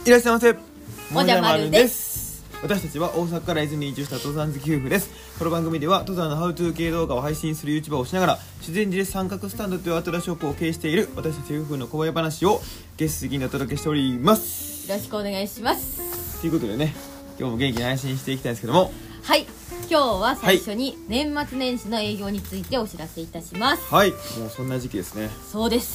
いらっしゃいませ。 もじゃまるです。 私たちは大阪から伊豆に移住した登山好き夫婦です。この番組では登山のハウトゥー系動画を配信する YouTuber をしながら、修善寺で三角スタンドというアウトドアショップを経営している私たち夫婦の小林話をゲスト的にお届けしております。 よろしくお願いします。 ということでね、今日も元気に配信していきたいんですけども、 はい、今日は最初に年末年始の営業についてお知らせいたします。 はい、もうそんな時期ですね。 そうです、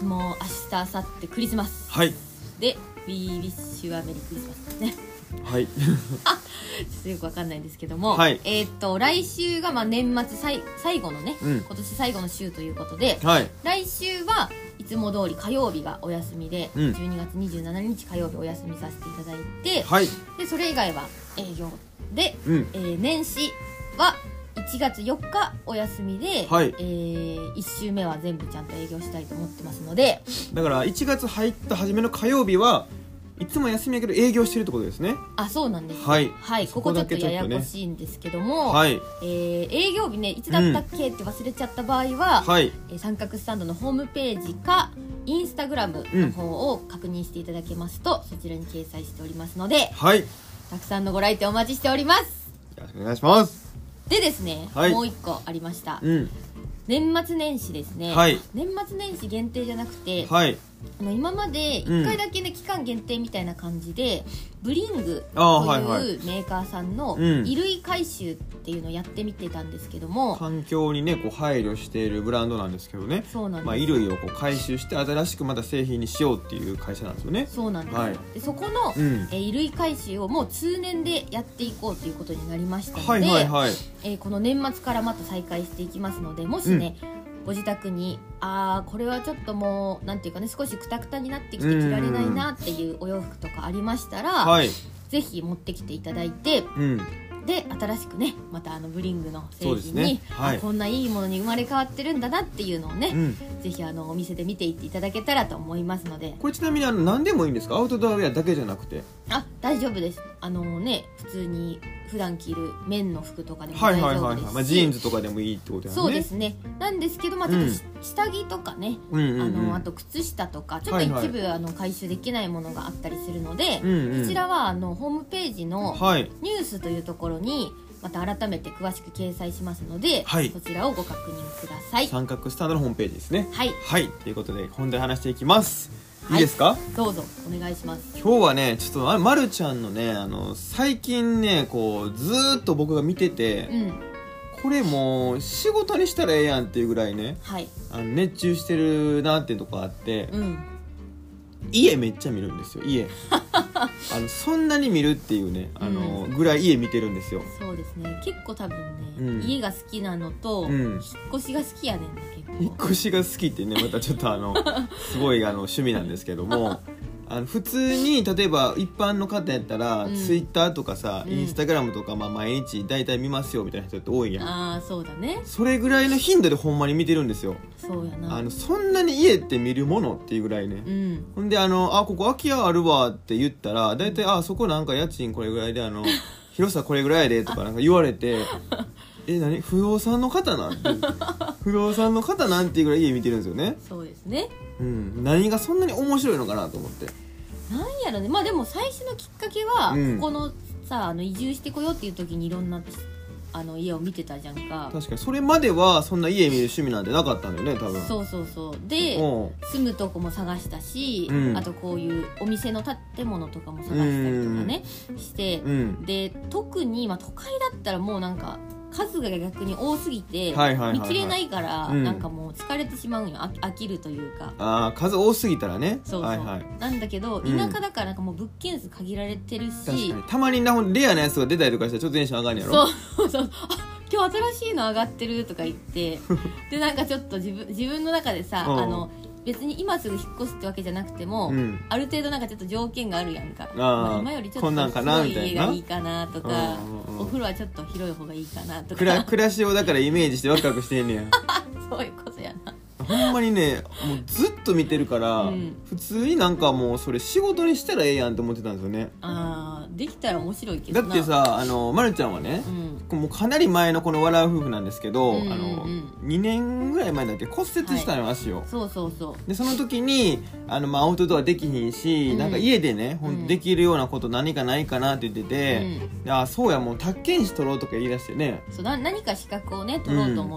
もう明日明後日クリスマス、 はいで We wish you a merry Christmas ですね。 はい。 ちょっとよくわかんないんですけども、 はい、 来週が年末最後のね、今年最後の週ということで、はい、来週はいつも通り火曜日がお休みで、12月27日火曜日お休みさせていただいて、はい、でそれ以外は営業で、年始は1月4日お休みで、はい、1週目は全部ちゃんと営業したいと思ってますので、 だから1月入った初めの火曜日はいつも休みやけど営業してるってことですね。 あ、そうなんです。 はい、 はい、ここちょっとややこしいんですけども、はい、営業日ね、いつだったっけって忘れちゃった場合は、はい、三角スタンドのホームページかインスタグラムの方を確認していただけますと、そちらに掲載しておりますので、はい、たくさんのご来店お待ちしております。 よろしくお願いします。 でですね、はい、もう一個ありました、年末年始ですね、はい、年末年始限定じゃなくて、はい、今まで1回だけね、期間限定みたいな感じでブリングというメーカーさんの衣類回収っていうのをやってみてたんですけども、 環境にねこう配慮しているブランドなんですけどね。 そうなんです。 衣類をこう回収して新しくまた製品にしようっていう会社なんですよね。 そうなんです、はい、でそこの、衣類回収をもう通年でやっていこうということになりましたので、この年末からまた再開していきますので、もしね、ご自宅にこれはちょっともうなんていうかね、少しクタクタになってきて着られないなっていうお洋服とかありましたら、ぜひ持ってきていただいて、で新しくねまたブリングの製品に、こんないいものに生まれ変わってるんだなっていうのをね、ぜひお店で見ていっていただけたらと思いますので。 これちなみに何でもいいんですか？アウトドアウェアだけじゃなくて。 大丈夫です。普通に普段着る綿の服とかでも大丈夫ですし、 ジーンズとかでもいいってことやね。 そうですね。なんですけど、ちょっと下着とかね、あと靴下とかちょっと一部回収できないものがあったりするので、こちらはホームページのニュースというところにまた改めて詳しく掲載しますので、そちらをご確認ください。 三角スタンドのホームページですね。 はい、 はい、ということで本題話していきます。いいですか？ どうぞお願いします。 今日はねちょっとまるちゃんのね最近ねこうずーっと僕が見てて、これもう仕事にしたらええやんっていうぐらいね、熱中してるなっていうとこあって、家めっちゃ見るんですよ。家そんなに見るっていうねぐらい家見てるんですよ。 そうですね、結構多分ね、家が好きなのと、引っ越しが好きやねんね。結構引っ越しが好きってねまたちょっとすごい趣味なんですけども普通に例えば一般の方やったら、ツイッターとかさ、インスタグラムとか、毎日大体見ますよみたいな人って多いやん。 そうだね。 それぐらいの頻度でほんまに見てるんですよ。 そうやな。 そんなに家って見るものっていうぐらいね、ほんでここ空き家あるわって言ったら大体そこなんか家賃これぐらいで広さこれぐらいでとかなんか言われて何不動産の方なんて不動産の方なんていうぐらい家見てるんですよね。 そうですね。 何がそんなに面白いのかなと思って。 なんやろね。でも最初のきっかけは、ここのさ移住してこようっていう時にいろんな家を見てたじゃんか。 確かにそれまではそんな家見る趣味なんてなかったんだよね多分。 そうで住むとこも探したし、あとこういうお店の建物とかも探したりとかねして、で特に都会だったらもうなんか数が逆に多すぎて見切れないから、なんかもう疲れてしまうんよ。飽きるというか。 数多すぎたらね。 そう、なんだけど田舎だからなんかもう物件数限られてるし、 確かにたまにレアなやつが出たりとかしたらちょっとテンション上がるんやろ。 そう今日新しいの上がってるとか言ってでなんかちょっと自分の中でさ別に今すぐ引っ越すってわけじゃなくても、ある程度なんかちょっと条件があるやんか。今よりちょっと広い家がいいかなとか、お風呂はちょっと広い方がいいかなとか、 暮らしをだからイメージしてワクワクしてんねやそういうことやな。 ほんまにねもうずっと見てるから、普通になんかもうそれ仕事にしたらええやんと思ってたんですよね。 できたら面白いけどな。 だってさまるちゃんはね、もうかなり前のこの笑う夫婦なんですけど、2年ぐらい前だっけ骨折したのよ、足を。 そうでその時にアウトドアできひんし、なんか家でねほんとできるようなこと何かないかなって言ってて、そうやもう宅建士取ろうとか言い出してね。 そう何か資格をね取ろうと思って、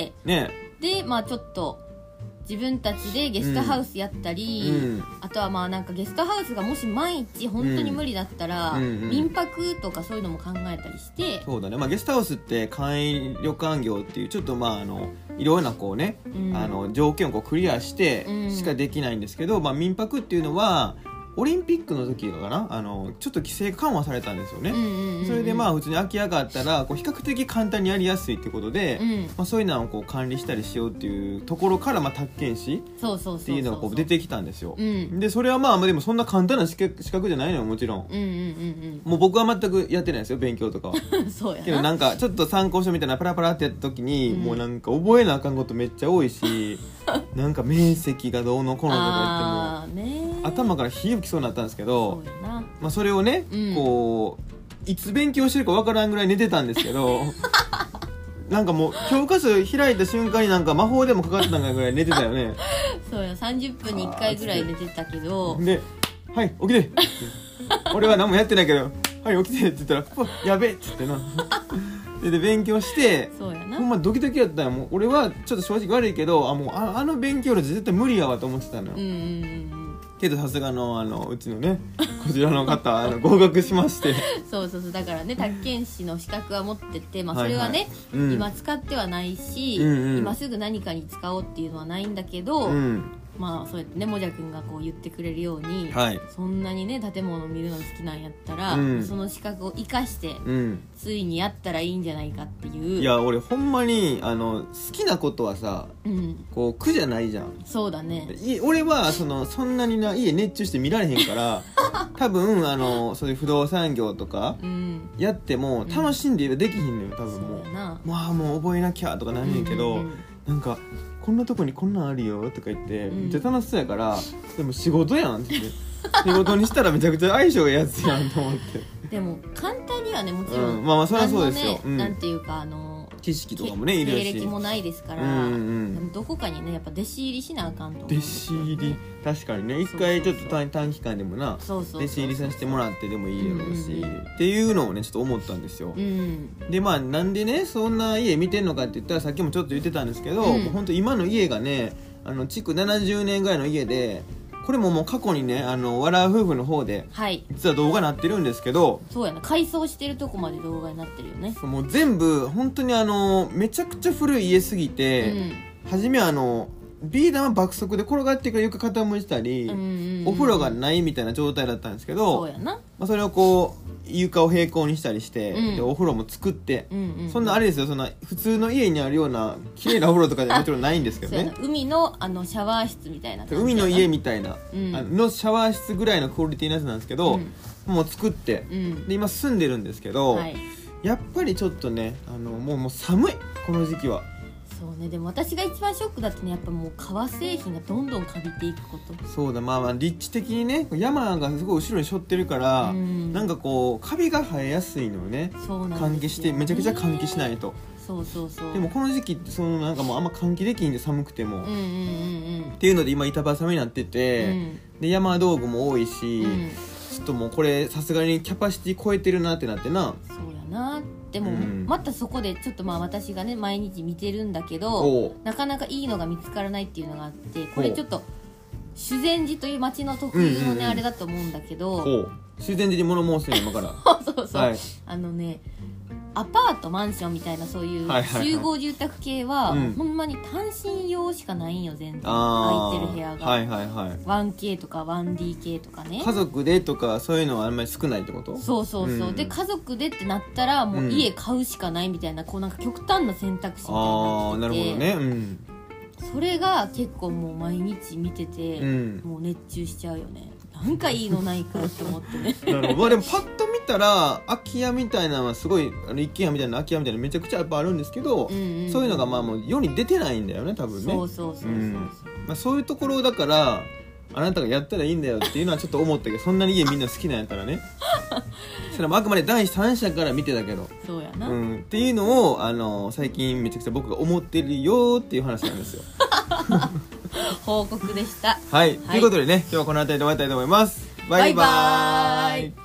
ね、でまあちょっと自分たちでゲストハウスやったり、あとはまあなんかゲストハウスがもし毎日本当に無理だったら、民泊とかそういうのも考えたりして。 そうだね、まあ、ゲストハウスって簡易旅館業っていうちょっとまあいろいろなこうね、条件をこうクリアしてしかできないんですけど、まあ、民泊っていうのはオリンピックの時かなちょっと規制緩和されたんですよね。それでまあ普通に空き家があったらこう比較的簡単にやりやすいってことで、まあ、そういうのをこう管理したりしようっていうところからまあ宅建士っていうのがこう出てきたんですよ。でそれはまあでもそんな簡単な資格じゃないのよもちろん。もう僕は全くやってないですよ勉強とかは。 そうやな。 けどなんかちょっと参考書みたいなパラパラってやった時に、もうなんか覚えなあかんことめっちゃ多いしなんか面積がどうのこうのとか言っても頭から火吹きそうになったんですけど、まあ、それをね、こういつ勉強してるかわからんぐらい寝てたんですけどなんかもう教科書開いた瞬間になんか魔法でもかかってたぐらい寝てたよね。 そうや30分に1回ぐらい寝てたけど、 で「はい起きて」俺は何もやってないけど「はい起きて」って言ったら「やべえ」って言ってなで勉強して、ほんまドキドキやったよ。もう俺はちょっと正直悪いけどもうあの勉強量絶対無理やわと思ってたのよ。けどさすがのうちのねこちらの方合格しましてそうだからね宅建士の資格は持ってて、まあ、それはね、今使ってはないし、今すぐ何かに使おうっていうのはないんだけど、まあそうやってねもじゃくんがこう言ってくれるように、そんなにね建物を見るの好きなんやったら、その資格を生かして、ついにやったらいいんじゃないかっていう。 いや俺ほんまに好きなことはさ、こう苦じゃないじゃん。 そうだね。 俺はそんなにな家熱中して見られへんから多分そういう不動産業とかやっても楽しんでできひんのよ多分。もう覚えなきゃとかなんねんけど、なんかこんなとこにこんなんあるよとか言ってめっちゃ楽しそうやから、でも仕事やんって言って仕事にしたらめちゃくちゃ相性がいいやつやんと思って。 でも簡単にはねもちろん、 まあそりゃそうですよ。 なんていうか知識とかもねいるし経歴もないですから、どこかにねやっぱ弟子入りしなあかんと思う。 弟子入り確かにね一回ちょっと短期間でもな弟子入りさせてもらってでもいいやろうし、っていうのをねちょっと思ったんですよ。でまあなんでねそんな家見てんのかって言ったらさっきもちょっと言ってたんですけど、本当今の家がね築70年ぐらいの家で、これももう過去にね笑う夫婦の方で実は動画になってるんですけど、 そうやな改装してるとこまで動画になってるよね。 もう全部本当にめちゃくちゃ古い家すぎて、初めビー玉爆速で転がっていく床傾いてたり、お風呂がないみたいな状態だったんですけど、 そうやな、 それをこう床を平行にしたりして、でお風呂も作って、そんなあれですよ、そんな普通の家にあるような綺麗なお風呂とかでもちろんないんですけどね海のシャワー室みたいな海の家みたいな、のシャワー室ぐらいのクオリティのやつなんですけど、もう作って、で今住んでるんですけど、やっぱりちょっとねもう寒いこの時期は。 そうね、でも私が一番ショックだったね、やっぱもう革製品がどんどんカビていくこと。 そうだ、まあ立地的にね山がすごい後ろに背負ってるから、なんかこうカビが生えやすいのよね。 そうなんですよね。 換気してめちゃくちゃ換気しないと。 そうそうそう。でもこの時期ってなんかもうあんま換気できんで寒くても、っていうので今板挟みになってて、で山道具も多いし、ちょっともうこれさすがにキャパシティ超えてるなってなってな。 そうやな。でも、またそこでちょっと私がね毎日見てるんだけど、なかなかいいのが見つからないっていうのがあって、これちょっと修善寺という町の特有のね、あれだと思うんだけど、 修善寺に物申すね今からそうそう、はい、アパートマンションみたいなそういう集合住宅系は、ほんまに単身用しかないんよ。全然空いてる部屋が、1K とか 1DK とかね、 家族でとかそういうのはあんまり少ないってこと？ そうそうそう、で家族でってなったらもう家買うしかないみたいな、こうなんか極端な選択肢みたいになってて、なるほどね、それが結構もう毎日見てて、もう熱中しちゃうよね。 なんかいいのないかって思ってねなるほど、まあ、でもパッと見たら空き家みたいなのはすごい一軒家みたいな空き家みたいなめちゃくちゃやっぱあるんですけど、そういうのがまあもう世に出てないんだよね多分ね。 そうそうそうそう、 まあ、そういうところだからあなたがやったらいいんだよっていうのはちょっと思ったけどそんなに家みんな好きなんやったらねそれはあくまで第三者から見てたけどそうやな、 っていうのを最近めちゃくちゃ僕が思ってるよっていう話なんですよ報告でした。 はい、ということでね今日はこの辺りで終わりたいと思います。バイバーイ。